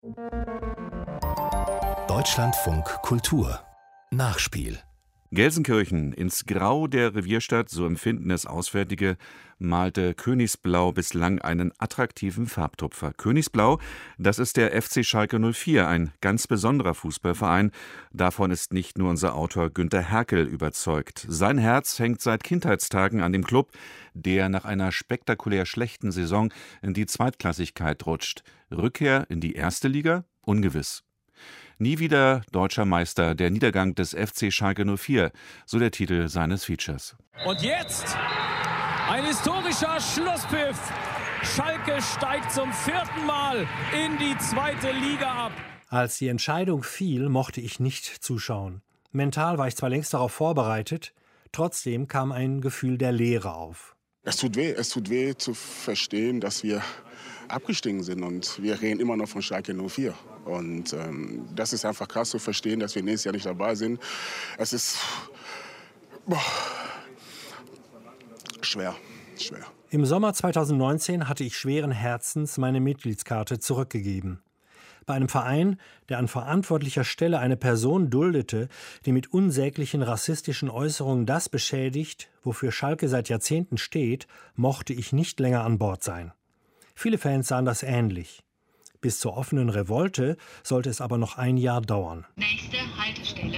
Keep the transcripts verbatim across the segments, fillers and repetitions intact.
Deutschlandfunk Kultur Nachspiel. Gelsenkirchen, ins Grau der Revierstadt, so empfinden es Auswärtige, malte Königsblau bislang einen attraktiven Farbtupfer. Königsblau, das ist der F C Schalke null vier, ein ganz besonderer Fußballverein. Davon ist nicht nur unser Autor Günter Herkel überzeugt. Sein Herz hängt seit Kindheitstagen an dem Club, der nach einer spektakulär schlechten Saison in die Zweitklassigkeit rutscht. Rückkehr in die erste Liga? Ungewiss. Nie wieder deutscher Meister, der Niedergang des F C Schalke null vier, so der Titel seines Features. Und jetzt ein historischer Schlusspfiff. Schalke steigt zum vierten Mal in die zweite Liga ab. Als die Entscheidung fiel, mochte ich nicht zuschauen. Mental war ich zwar längst darauf vorbereitet, trotzdem kam ein Gefühl der Leere auf. Es tut weh, es tut weh zu verstehen, dass wir abgestiegen sind und wir reden immer noch von Schalke null vier. Und ähm, das ist einfach krass zu verstehen, dass wir nächstes Jahr nicht dabei sind. Es ist boah, schwer, schwer. Im Sommer zweitausendneunzehn hatte ich schweren Herzens meine Mitgliedskarte zurückgegeben. Bei einem Verein, der an verantwortlicher Stelle eine Person duldete, die mit unsäglichen rassistischen Äußerungen das beschädigt, wofür Schalke seit Jahrzehnten steht, mochte ich nicht länger an Bord sein. Viele Fans sahen das ähnlich. Bis zur offenen Revolte sollte es aber noch ein Jahr dauern. Nächste Haltestelle,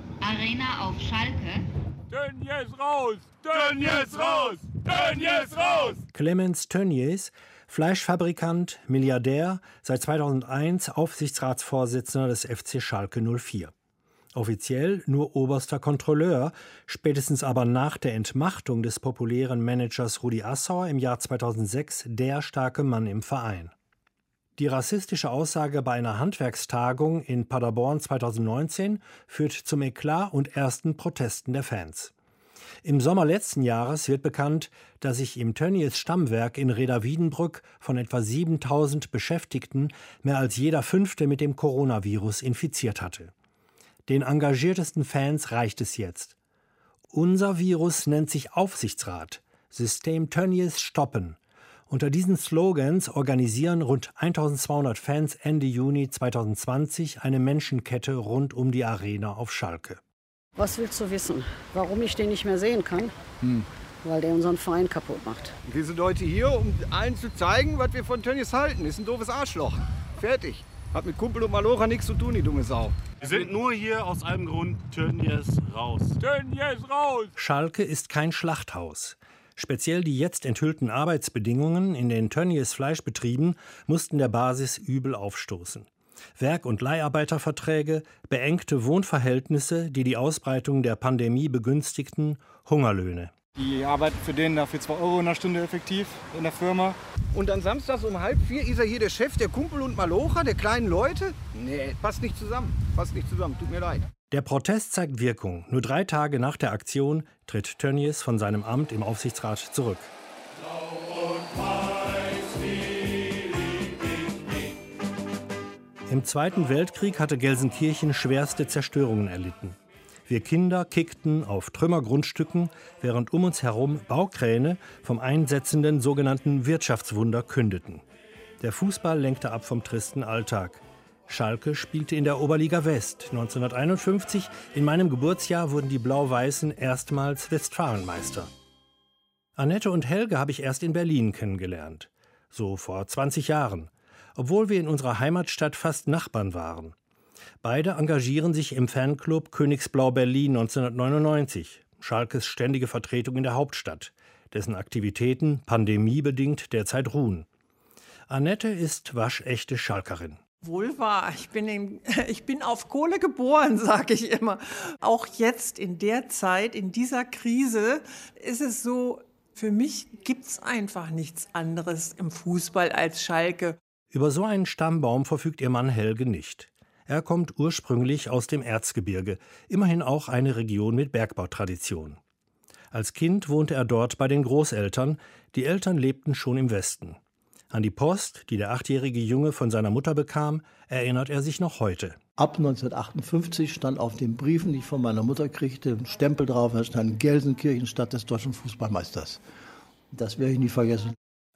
Arena auf Schalke. Tönnies raus! Tönnies raus! Tönnies raus! Clemens Tönnies, Fleischfabrikant, Milliardär, seit zweitausendeins Aufsichtsratsvorsitzender des F C Schalke null vier. Offiziell nur oberster Kontrolleur, spätestens aber nach der Entmachtung des populären Managers Rudi Assauer im Jahr zweitausendsechs der starke Mann im Verein. Die rassistische Aussage bei einer Handwerkstagung in Paderborn zweitausendneunzehn führt zum Eklat und ersten Protesten der Fans. Im Sommer letzten Jahres wird bekannt, dass sich im Tönnies Stammwerk in Reda-Wiedenbrück von etwa siebentausend Beschäftigten mehr als jeder Fünfte mit dem Coronavirus infiziert hatte. Den engagiertesten Fans reicht es jetzt. Unser Virus nennt sich Aufsichtsrat. System Tönnies stoppen. Unter diesen Slogans organisieren rund eintausendzweihundert Fans Ende Juni zweitausendzwanzig eine Menschenkette rund um die Arena auf Schalke. Was willst du wissen? Warum ich den nicht mehr sehen kann? Hm. Weil der unseren Verein kaputt macht. Wir sind heute hier, um allen zu zeigen, was wir von Tönnies halten. Ist ein doofes Arschloch. Fertig. Hat mit Kumpel und Malocha nichts zu tun, die dumme Sau. Wir sind nur hier aus einem Grund: Tönnies raus. Tönnies raus! Schalke ist kein Schlachthaus. Speziell die jetzt enthüllten Arbeitsbedingungen in den Tönnies Fleischbetrieben mussten der Basis übel aufstoßen. Werk- und Leiharbeiterverträge, beengte Wohnverhältnisse, die die Ausbreitung der Pandemie begünstigten, Hungerlöhne. Die arbeiten für den dafür zwei Euro in der Stunde effektiv in der Firma. Und dann samstags um halb vier ist er hier der Chef der Kumpel und Malocha, der kleinen Leute? Nee, passt nicht zusammen. Passt nicht zusammen, tut mir leid. Der Protest zeigt Wirkung. Nur drei Tage nach der Aktion tritt Tönnies von seinem Amt im Aufsichtsrat zurück. Im Zweiten Weltkrieg hatte Gelsenkirchen schwerste Zerstörungen erlitten. Wir Kinder kickten auf Trümmergrundstücken, während um uns herum Baukräne vom einsetzenden sogenannten Wirtschaftswunder kündeten. Der Fußball lenkte ab vom tristen Alltag. Schalke spielte in der Oberliga West. neunzehnhunderteinundfünfzig, in meinem Geburtsjahr, wurden die Blau-Weißen erstmals Westfalenmeister. Annette und Helge habe ich erst in Berlin kennengelernt. So vor zwanzig Jahren. Obwohl wir in unserer Heimatstadt fast Nachbarn waren. Beide engagieren sich im Fanclub Königsblau Berlin neunzehnhundertneunundneunzig, Schalkes ständige Vertretung in der Hauptstadt, dessen Aktivitäten pandemiebedingt derzeit ruhen. Annette ist waschechte Schalkerin. Wohl wahr, ich bin, in, ich bin auf Kohle geboren, sage ich immer. Auch jetzt in der Zeit, in dieser Krise, ist es so, für mich gibt es einfach nichts anderes im Fußball als Schalke. Über so einen Stammbaum verfügt ihr Mann Helge nicht. Er kommt ursprünglich aus dem Erzgebirge, immerhin auch eine Region mit Bergbautradition. Als Kind wohnte er dort bei den Großeltern, die Eltern lebten schon im Westen. An die Post, die der achtjährige Junge von seiner Mutter bekam, erinnert er sich noch heute. Ab neunzehnhundertachtundfünfzig stand auf den Briefen, die ich von meiner Mutter kriegte, ein Stempel drauf, da stand Gelsenkirchen Stadt des deutschen Fußballmeisters. Das werde ich nie vergessen.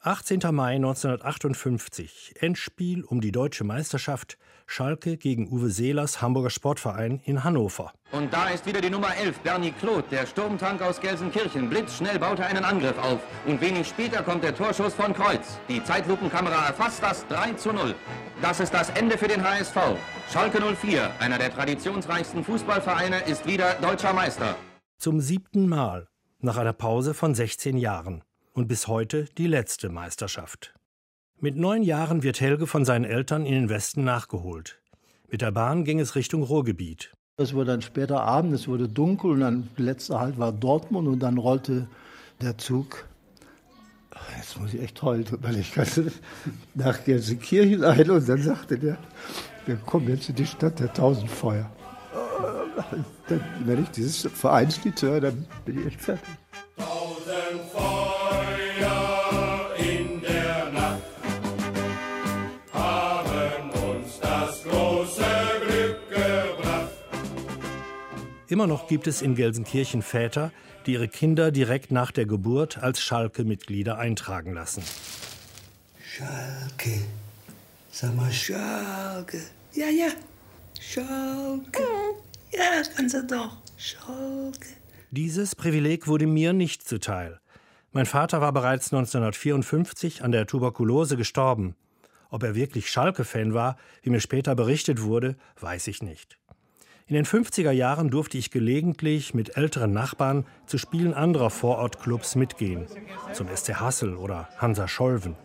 achtzehnter Mai neunzehnhundertachtundfünfzig, Endspiel um die deutsche Meisterschaft, Schalke gegen Uwe Seelers Hamburger Sportverein in Hannover. Und da ist wieder die Nummer elf, Bernie Claude, der Sturmtank aus Gelsenkirchen. Blitzschnell baut er einen Angriff auf. Und wenig später kommt der Torschuss von Kreuz. Die Zeitlupenkamera erfasst das drei zu null. Das ist das Ende für den H S V. Schalke null vier, einer der traditionsreichsten Fußballvereine, ist wieder deutscher Meister. Zum siebten Mal, nach einer Pause von sechzehn Jahren. Und bis heute die letzte Meisterschaft. Mit neun Jahren wird Helge von seinen Eltern in den Westen nachgeholt. Mit der Bahn ging es Richtung Ruhrgebiet. Es wurde dann später Abend, es wurde dunkel und dann der letzte Halt war Dortmund und dann rollte der Zug, jetzt muss ich echt heulen, weil ich kannte, nach Gelsenkirchen ein und dann sagte der, wir kommen jetzt in die Stadt der tausend Feuer. Dann, wenn ich dieses Vereinslied höre, dann bin ich echt fertig. Tausend Feuer in der Nacht haben uns das große Glück gebracht. Immer noch gibt es in Gelsenkirchen Väter, die ihre Kinder direkt nach der Geburt als Schalke-Mitglieder eintragen lassen. Schalke, sag mal Schalke, ja, ja, Schalke, ja, das kannst du doch, Schalke. Dieses Privileg wurde mir nicht zuteil. Mein Vater war bereits neunzehnhundertvierundfünfzig an der Tuberkulose gestorben. Ob er wirklich Schalke-Fan war, wie mir später berichtet wurde, weiß ich nicht. In den fünfziger Jahren durfte ich gelegentlich mit älteren Nachbarn zu Spielen anderer Vorortclubs mitgehen, zum S C Hassel oder Hansa Scholven.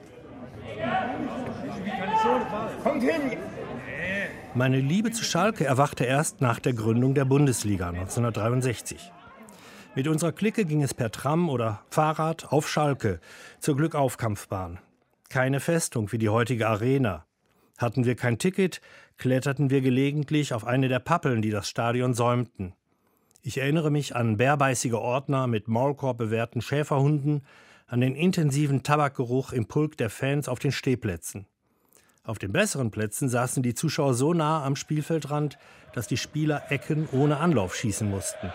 Meine Liebe zu Schalke erwachte erst nach der Gründung der Bundesliga neunzehnhundertdreiundsechzig. Mit unserer Clique ging es per Tram oder Fahrrad auf Schalke zur Glückaufkampfbahn. Keine Festung wie die heutige Arena. Hatten wir kein Ticket, kletterten wir gelegentlich auf eine der Pappeln, die das Stadion säumten. Ich erinnere mich an bärbeißige Ordner mit maulkorbbewehrten Schäferhunden, an den intensiven Tabakgeruch im Pulk der Fans auf den Stehplätzen. Auf den besseren Plätzen saßen die Zuschauer so nah am Spielfeldrand, dass die Spieler Ecken ohne Anlauf schießen mussten.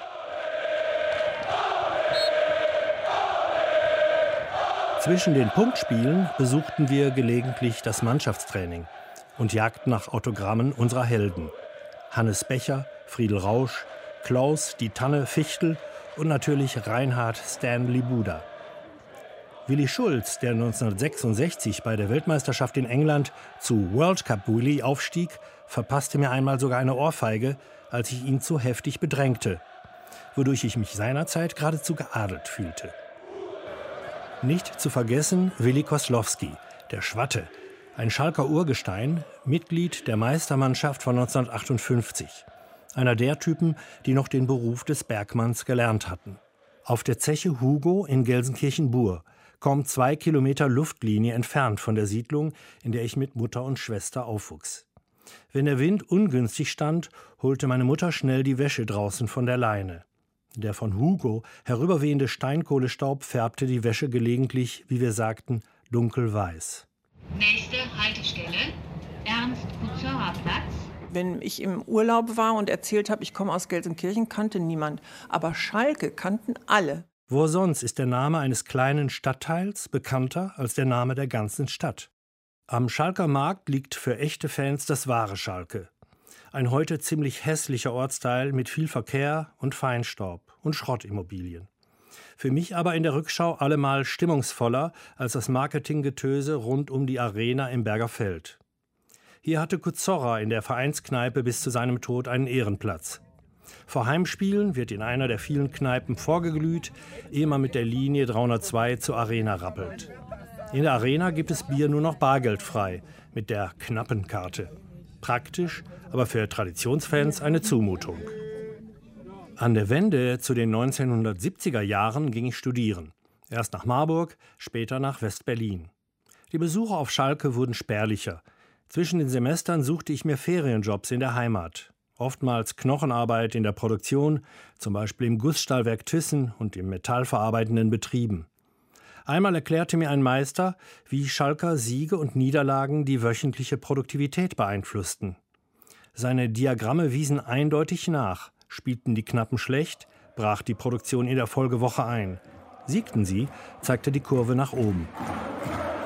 Zwischen den Punktspielen besuchten wir gelegentlich das Mannschaftstraining und jagten nach Autogrammen unserer Helden. Hannes Becher, Friedel Rausch, Klaus, die Tanne Fichtel und natürlich Reinhard Stanley Buda. Willi Schulz, der neunzehnhundertsechsundsechzig bei der Weltmeisterschaft in England zu World Cup Willi aufstieg, verpasste mir einmal sogar eine Ohrfeige, als ich ihn zu heftig bedrängte, wodurch ich mich seinerzeit geradezu geadelt fühlte. Nicht zu vergessen Willi Koslowski, der Schwatte, ein Schalker Urgestein, Mitglied der Meistermannschaft von neunzehnhundertachtundfünfzig. Einer der Typen, die noch den Beruf des Bergmanns gelernt hatten. Auf der Zeche Hugo in Gelsenkirchen-Bur, kaum zwei Kilometer Luftlinie entfernt von der Siedlung, in der ich mit Mutter und Schwester aufwuchs. Wenn der Wind ungünstig stand, holte meine Mutter schnell die Wäsche draußen von der Leine. Der von Hugo herüberwehende Steinkohlestaub färbte die Wäsche gelegentlich, wie wir sagten, dunkelweiß. Nächste Haltestelle, Ernst-Kuzorra-Platz. Wenn ich im Urlaub war und erzählt habe, ich komme aus Gelsenkirchen, kannte niemand. Aber Schalke kannten alle. Wo sonst ist der Name eines kleinen Stadtteils bekannter als der Name der ganzen Stadt? Am Schalker Markt liegt für echte Fans das wahre Schalke. Ein heute ziemlich hässlicher Ortsteil mit viel Verkehr und Feinstaub und Schrottimmobilien. Für mich aber in der Rückschau allemal stimmungsvoller als das Marketinggetöse rund um die Arena im Berger Feld. Hier hatte Kuzorra in der Vereinskneipe bis zu seinem Tod einen Ehrenplatz. Vor Heimspielen wird in einer der vielen Kneipen vorgeglüht, ehe man mit der Linie dreihundertzwei zur Arena rappelt. In der Arena gibt es Bier nur noch bargeldfrei, mit der knappen Karte. Praktisch, aber für Traditionsfans eine Zumutung. An der Wende zu den neunzehnhundertsiebziger Jahren ging ich studieren. Erst nach Marburg, später nach West-Berlin. Die Besuche auf Schalke wurden spärlicher. Zwischen den Semestern suchte ich mir Ferienjobs in der Heimat. Oftmals Knochenarbeit in der Produktion, zum Beispiel im Gussstahlwerk Thyssen und in metallverarbeitenden Betrieben. Einmal erklärte mir ein Meister, wie Schalker Siege und Niederlagen die wöchentliche Produktivität beeinflussten. Seine Diagramme wiesen eindeutig nach. Spielten die Knappen schlecht, brach die Produktion in der Folgewoche ein. Siegten sie, zeigte die Kurve nach oben.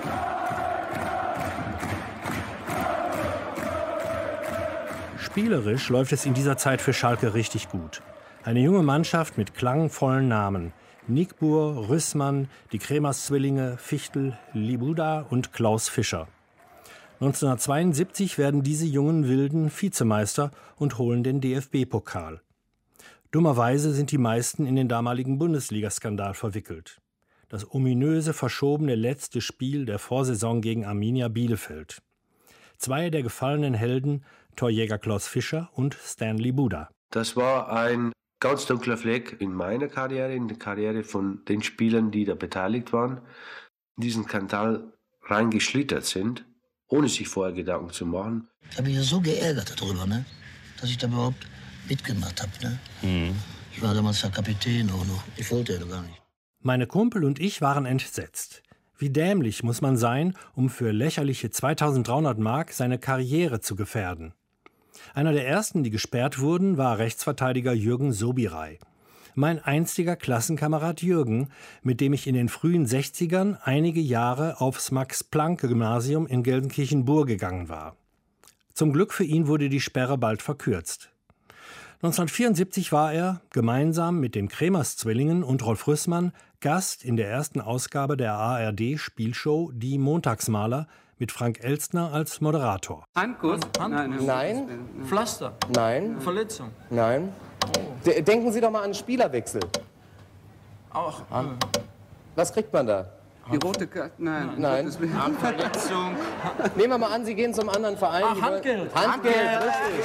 Spielerisch läuft es in dieser Zeit für Schalke richtig gut. Eine junge Mannschaft mit klangvollen Namen. Nickbur, Rüssmann, die Kremers-Zwillinge, Fichtel, Libuda und Klaus Fischer. neunzehnhundertzweiundsiebzig werden diese jungen Wilden Vizemeister und holen den D F B-Pokal. Dummerweise sind die meisten in den damaligen Bundesliga-Skandal verwickelt. Das ominöse, verschobene letzte Spiel der Vorsaison gegen Arminia Bielefeld. Zwei der gefallenen Helden, Torjäger Klaus Fischer und Stanley Buda. Das war ein ganz dunkler Fleck in meiner Karriere, in der Karriere von den Spielern, die da beteiligt waren, in diesen Skandal reingeschlittert sind, ohne sich vorher Gedanken zu machen. Ich habe mich ja so geärgert darüber, ne? Dass ich da überhaupt mitgemacht habe. Ne? Mhm. Ich war damals der Kapitän auch noch. Ich wollte ja gar nicht. Meine Kumpel und ich waren entsetzt. Wie dämlich muss man sein, um für lächerliche zweitausenddreihundert Mark seine Karriere zu gefährden. Einer der ersten, die gesperrt wurden, war Rechtsverteidiger Jürgen Sobiraj. Mein einstiger Klassenkamerad Jürgen, mit dem ich in den frühen sechzigern einige Jahre aufs Max-Planck-Gymnasium in Gelsenkirchen-Burg gegangen war. Zum Glück für ihn wurde die Sperre bald verkürzt. neunzehnhundertvierundsiebzig war er, gemeinsam mit den Kremers-Zwillingen und Rolf Rüssmann, Gast in der ersten Ausgabe der A R D-Spielshow Die Montagsmaler mit Frank Elstner als Moderator. Handkuss? Nein. Nein. Pflaster? Nein. Verletzung? Nein. Oh. Denken Sie doch mal an einen Spielerwechsel. Auch. An. Was kriegt man da? Die rote Karte? Nein. Nein. Verletzung. Nehmen wir mal an, Sie gehen zum anderen Verein. Ach, Handgeld. Handgeld, richtig.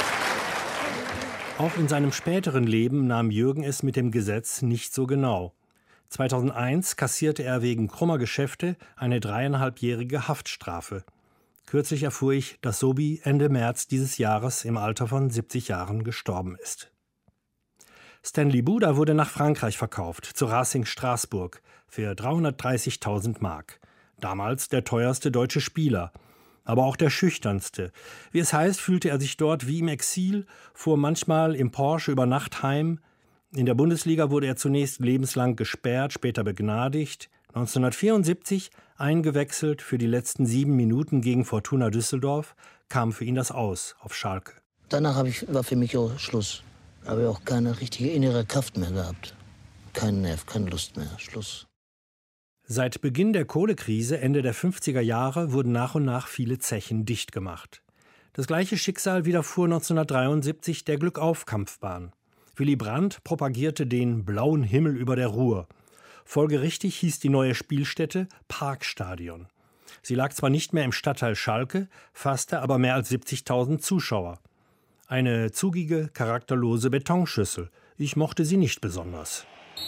Auch in seinem späteren Leben nahm Jürgen es mit dem Gesetz nicht so genau. zweitausendeins kassierte er wegen krummer Geschäfte eine dreieinhalbjährige Haftstrafe. Kürzlich erfuhr ich, dass Sobi Ende März dieses Jahres im Alter von siebzig Jahren gestorben ist. Stanley Buda wurde nach Frankreich verkauft, zu Racing Straßburg, für dreihundertdreißigtausend Mark. Damals der teuerste deutsche Spieler, aber auch der schüchternste. Wie es heißt, fühlte er sich dort wie im Exil, fuhr manchmal im Porsche über Nacht heim. In der Bundesliga wurde er zunächst lebenslang gesperrt, später begnadigt. neunzehnhundertvierundsiebzig, eingewechselt für die letzten sieben Minuten gegen Fortuna Düsseldorf, kam für ihn das Aus auf Schalke. Danach hab ich, war für mich auch Schluss. Habe ich auch keine richtige innere Kraft mehr gehabt. Kein Nerv, keine Lust mehr. Schluss. Seit Beginn der Kohlekrise Ende der fünfziger Jahre wurden nach und nach viele Zechen dicht gemacht. Das gleiche Schicksal widerfuhr neunzehnhundertdreiundsiebzig der Glückauf-Kampfbahn. Willy Brandt propagierte den blauen Himmel über der Ruhr. Folgerichtig hieß die neue Spielstätte Parkstadion. Sie lag zwar nicht mehr im Stadtteil Schalke, fasste aber mehr als siebzigtausend Zuschauer. Eine zugige, charakterlose Betonschüssel. Ich mochte sie nicht besonders.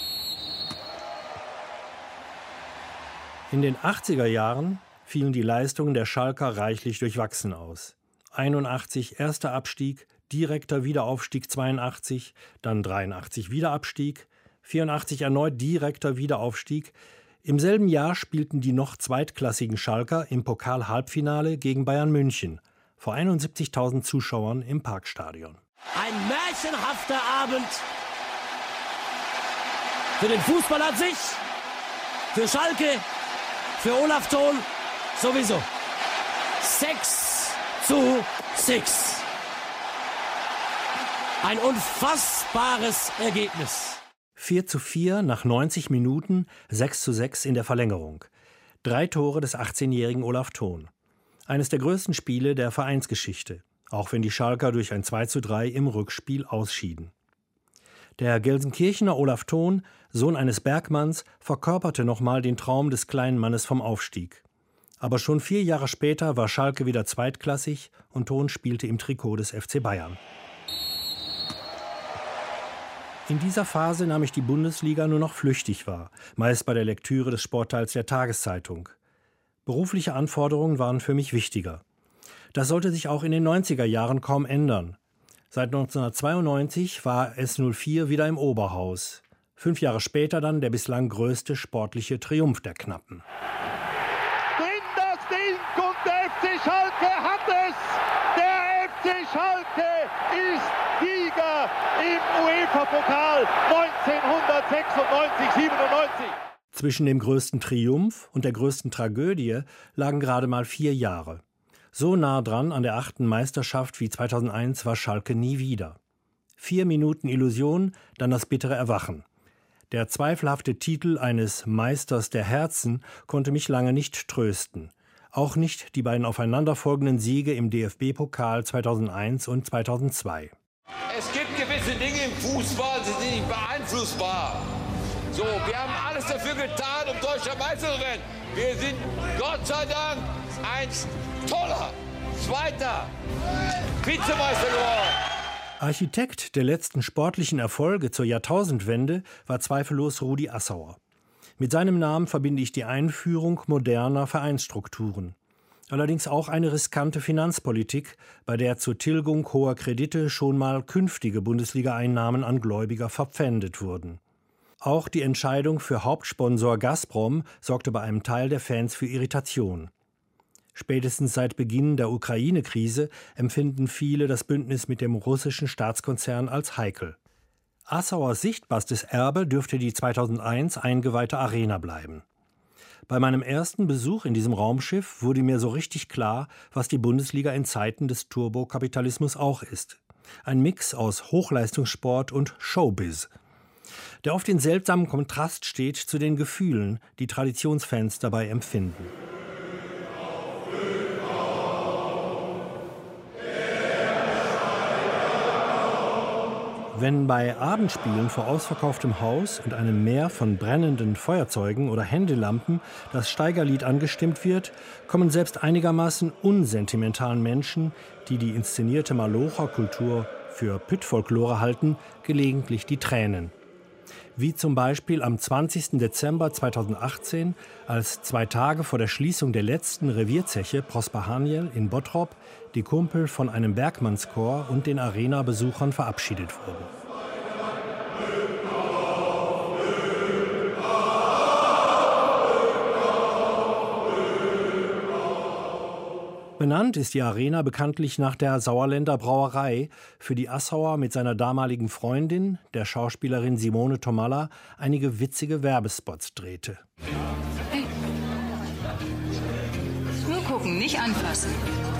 In den achtziger Jahren fielen die Leistungen der Schalker reichlich durchwachsen aus. einundachtzig erster Abstieg, direkter Wiederaufstieg zweiundachtzig, dann dreiundachtzig Wiederabstieg, vierundachtzig erneut direkter Wiederaufstieg. Im selben Jahr spielten die noch zweitklassigen Schalker im Pokal-Halbfinale gegen Bayern München vor einundsiebzigtausend Zuschauern im Parkstadion. Ein märchenhafter Abend für den Fußball an sich, für Schalke, für Olaf Thon sowieso. sechs zu sechs. Ein unfassbares Ergebnis. vier zu vier nach neunzig Minuten, sechs zu sechs in der Verlängerung. Drei Tore des achtzehnjährigen Olaf Thon. Eines der größten Spiele der Vereinsgeschichte, auch wenn die Schalker durch ein zwei zu drei im Rückspiel ausschieden. Der Gelsenkirchener Olaf Thon, Sohn eines Bergmanns, verkörperte nochmal den Traum des kleinen Mannes vom Aufstieg. Aber schon vier Jahre später war Schalke wieder zweitklassig und Thon spielte im Trikot des F C Bayern. In dieser Phase nahm ich die Bundesliga nur noch flüchtig wahr, meist bei der Lektüre des Sportteils der Tageszeitung. Berufliche Anforderungen waren für mich wichtiger. Das sollte sich auch in den neunziger Jahren kaum ändern. Seit neunzehnhundertzweiundneunzig war S null vier wieder im Oberhaus. Fünf Jahre später dann der bislang größte sportliche Triumph der Knappen. Ding das Ding und der F C Schalke hat es! Der F C Schalke ist Sieger im UEFA-Pokal neunzehnhundertsechsundneunzig siebenundneunzig. Zwischen dem größten Triumph und der größten Tragödie lagen gerade mal vier Jahre. So nah dran an der achten Meisterschaft wie zweitausendeins war Schalke nie wieder. Vier Minuten Illusion, dann das bittere Erwachen. Der zweifelhafte Titel eines Meisters der Herzen konnte mich lange nicht trösten. Auch nicht die beiden aufeinanderfolgenden Siege im D F B-Pokal zweitausendeins und zweitausendzwei. Es gibt gewisse Dinge im Fußball, die sind nicht beeinflussbar. So, wir haben alles dafür getan, um deutscher Meister zu werden. Wir sind Gott sei Dank ein toller zweiter Vizemeister geworden. Architekt der letzten sportlichen Erfolge zur Jahrtausendwende war zweifellos Rudi Assauer. Mit seinem Namen verbinde ich die Einführung moderner Vereinsstrukturen. Allerdings auch eine riskante Finanzpolitik, bei der zur Tilgung hoher Kredite schon mal künftige Bundesliga-Einnahmen an Gläubiger verpfändet wurden. Auch die Entscheidung für Hauptsponsor Gazprom sorgte bei einem Teil der Fans für Irritation. Spätestens seit Beginn der Ukraine-Krise empfinden viele das Bündnis mit dem russischen Staatskonzern als heikel. Assauers sichtbarstes Erbe dürfte die zweitausendeins eingeweihte Arena bleiben. Bei meinem ersten Besuch in diesem Raumschiff wurde mir so richtig klar, was die Bundesliga in Zeiten des Turbokapitalismus auch ist. Ein Mix aus Hochleistungssport und Showbiz, der oft in seltsamem Kontrast steht zu den Gefühlen, die Traditionsfans dabei empfinden. Wenn bei Abendspielen vor ausverkauftem Haus und einem Meer von brennenden Feuerzeugen oder Händelampen das Steigerlied angestimmt wird, kommen selbst einigermaßen unsentimentalen Menschen, die die inszenierte Malocher-Kultur für Püttfolklore halten, gelegentlich die Tränen. Wie zum Beispiel am zwanzigsten Dezember zweitausendachtzehn, als zwei Tage vor der Schließung der letzten Revierzeche Prosper Haniel in Bottrop die Kumpel von einem Bergmannschor und den Arena-Besuchern verabschiedet wurden. Benannt ist die Arena bekanntlich nach der Sauerländer Brauerei, für die Assauer mit seiner damaligen Freundin, der Schauspielerin Simone Tomalla, einige witzige Werbespots drehte. Hey. Nur gucken, nicht anfassen.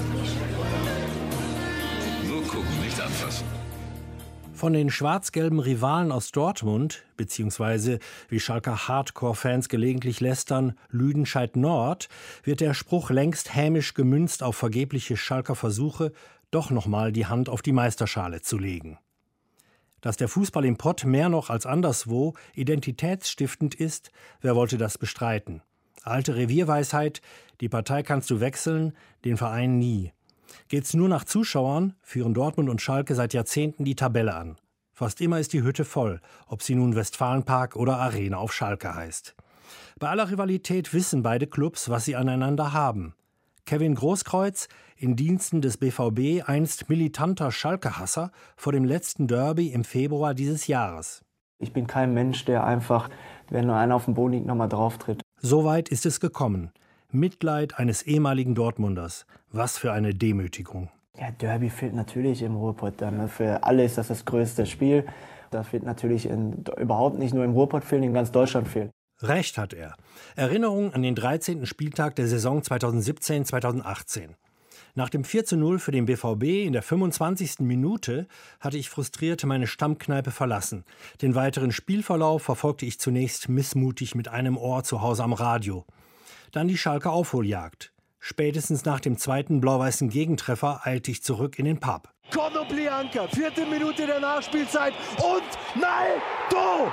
Nur gucken, nicht anfassen. Von den schwarz-gelben Rivalen aus Dortmund, beziehungsweise, wie Schalker Hardcore-Fans gelegentlich lästern, Lüdenscheid Nord, wird der Spruch längst hämisch gemünzt auf vergebliche Schalker Versuche, doch nochmal die Hand auf die Meisterschale zu legen. Dass der Fußball im Pott mehr noch als anderswo identitätsstiftend ist, wer wollte das bestreiten? Alte Revierweisheit, die Partei kannst du wechseln, den Verein nie. Geht's nur nach Zuschauern, führen Dortmund und Schalke seit Jahrzehnten die Tabelle an. Fast immer ist die Hütte voll, ob sie nun Westfalenpark oder Arena auf Schalke heißt. Bei aller Rivalität wissen beide Clubs, was sie aneinander haben. Kevin Großkreuz, in Diensten des B V B einst militanter Schalke-Hasser, vor dem letzten Derby im Februar dieses Jahres. Ich bin kein Mensch, der einfach, wenn nur einer auf dem Boden liegt, nochmal drauftritt. So weit ist es gekommen. Mitleid eines ehemaligen Dortmunders. Was für eine Demütigung. Ja, Derby fehlt natürlich im Ruhrpott. Dann. Für alle ist das das größte Spiel. Das wird natürlich in, überhaupt nicht nur im Ruhrpott fehlen, in ganz Deutschland fehlen. Recht hat er. Erinnerung an den dreizehnten Spieltag der Saison zweitausendsiebzehn zweitausendachtzehn. Nach dem vier zu null für den B V B in der fünfundzwanzigsten Minute hatte ich frustriert meine Stammkneipe verlassen. Den weiteren Spielverlauf verfolgte ich zunächst missmutig mit einem Ohr zu Hause am Radio. Dann die Schalker Aufholjagd. Spätestens nach dem zweiten blau-weißen Gegentreffer eilte ich zurück in den Pub. Konoplyanka, vierte Minute der Nachspielzeit und Naldo!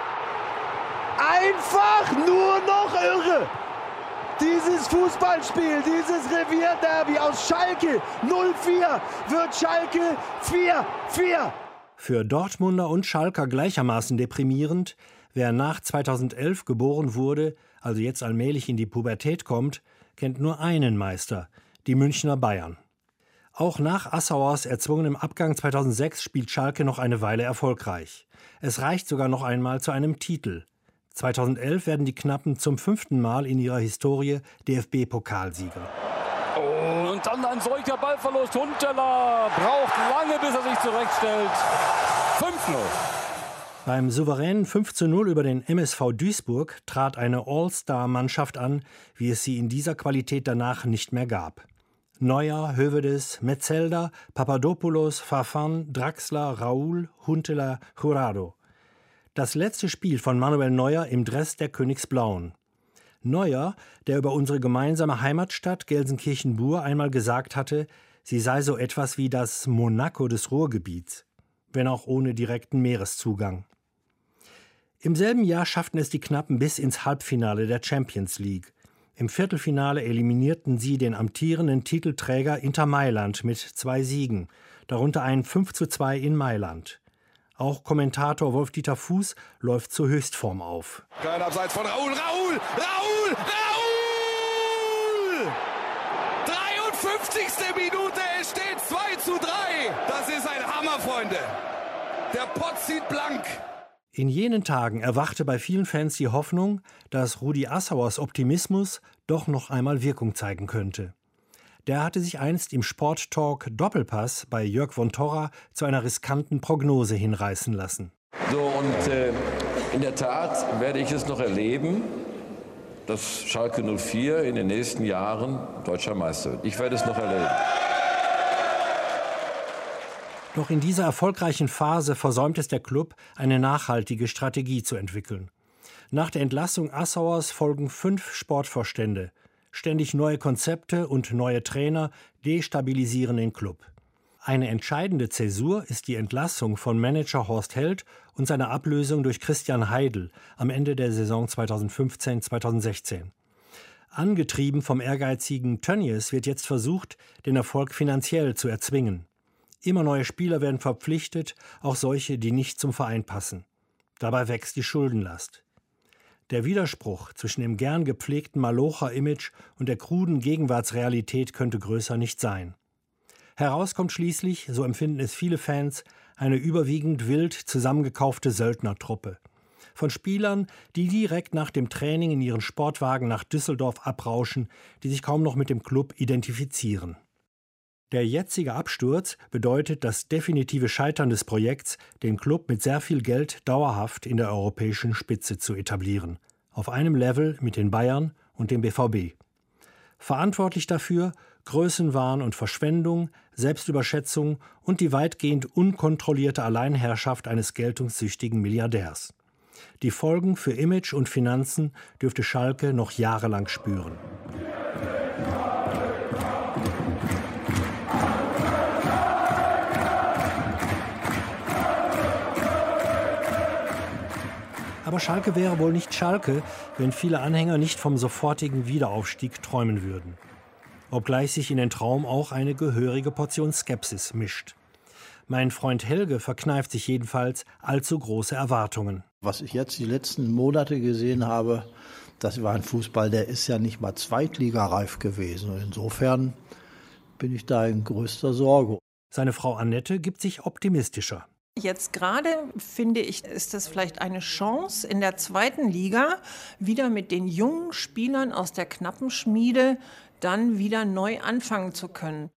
Einfach nur noch irre! Dieses Fußballspiel, dieses Revierderby aus Schalke null vier wird Schalke vier vier. Für Dortmunder und Schalker gleichermaßen deprimierend, wer nach zweitausendelf geboren wurde, also jetzt allmählich in die Pubertät kommt, kennt nur einen Meister, die Münchner Bayern. Auch nach Assauers erzwungenem Abgang zweitausendsechs spielt Schalke noch eine Weile erfolgreich. Es reicht sogar noch einmal zu einem Titel. zweitausendelf werden die Knappen zum fünften Mal in ihrer Historie D F B-Pokalsieger. Oh, und dann ein solcher Ballverlust. Huntelaar braucht lange, bis er sich zurechtstellt. fünf null. Beim souveränen fünf zu null über den M S V Duisburg trat eine All-Star-Mannschaft an, wie es sie in dieser Qualität danach nicht mehr gab. Neuer, Hövedes, Metzelder, Papadopoulos, Farfan, Draxler, Raúl, Huntelaar, Jurado. Das letzte Spiel von Manuel Neuer im Dress der Königsblauen. Neuer, der über unsere gemeinsame Heimatstadt Gelsenkirchen-Bur einmal gesagt hatte, sie sei so etwas wie das Monaco des Ruhrgebiets, wenn auch ohne direkten Meereszugang. Im selben Jahr schafften es die Knappen bis ins Halbfinale der Champions League. Im Viertelfinale eliminierten sie den amtierenden Titelträger Inter Mailand mit zwei Siegen, darunter ein fünf zu zwei in Mailand. Auch Kommentator Wolf-Dieter Fuß läuft zur Höchstform auf. Kein Abseits von Raúl, Raúl, Raúl, Raúl! dreiundfünfzigste Minute, es steht zwei zu drei. Das ist ein Hammer, Freunde. Der Pott zieht blank. In jenen Tagen erwachte bei vielen Fans die Hoffnung, dass Rudi Assauers Optimismus doch noch einmal Wirkung zeigen könnte. Der hatte sich einst im Sporttalk Doppelpass bei Jörg von Torra zu einer riskanten Prognose hinreißen lassen. So, und äh, in der Tat werde ich es noch erleben, dass Schalke null vier in den nächsten Jahren deutscher Meister wird. Ich werde es noch erleben. Doch in dieser erfolgreichen Phase versäumt es der Klub, eine nachhaltige Strategie zu entwickeln. Nach der Entlassung Assauers folgen fünf Sportvorstände. Ständig neue Konzepte und neue Trainer destabilisieren den Klub. Eine entscheidende Zäsur ist die Entlassung von Manager Horst Held und seine Ablösung durch Christian Heidel am Ende der Saison zweitausendfünfzehn zweitausendsechzehn. Angetrieben vom ehrgeizigen Tönnies wird jetzt versucht, den Erfolg finanziell zu erzwingen. Immer neue Spieler werden verpflichtet, auch solche, die nicht zum Verein passen. Dabei wächst die Schuldenlast. Der Widerspruch zwischen dem gern gepflegten Malocher-Image und der kruden Gegenwartsrealität könnte größer nicht sein. Heraus kommt schließlich, so empfinden es viele Fans, eine überwiegend wild zusammengekaufte Söldnertruppe. Von Spielern, die direkt nach dem Training in ihren Sportwagen nach Düsseldorf abrauschen, die sich kaum noch mit dem Club identifizieren. Der jetzige Absturz bedeutet das definitive Scheitern des Projekts, den Klub mit sehr viel Geld dauerhaft in der europäischen Spitze zu etablieren. Auf einem Level mit den Bayern und dem B V B. Verantwortlich dafür Größenwahn und Verschwendung, Selbstüberschätzung und die weitgehend unkontrollierte Alleinherrschaft eines geltungssüchtigen Milliardärs. Die Folgen für Image und Finanzen dürfte Schalke noch jahrelang spüren. Aber Schalke wäre wohl nicht Schalke, wenn viele Anhänger nicht vom sofortigen Wiederaufstieg träumen würden. Obgleich sich in den Traum auch eine gehörige Portion Skepsis mischt. Mein Freund Helge verkneift sich jedenfalls allzu große Erwartungen. Was ich jetzt die letzten Monate gesehen habe, das war ein Fußball, der ist ja nicht mal zweitligareif gewesen. Und insofern bin ich da in größter Sorge. Seine Frau Annette gibt sich optimistischer. Jetzt gerade, finde ich, ist das vielleicht eine Chance, in der zweiten Liga wieder mit den jungen Spielern aus der Knappenschmiede dann wieder neu anfangen zu können.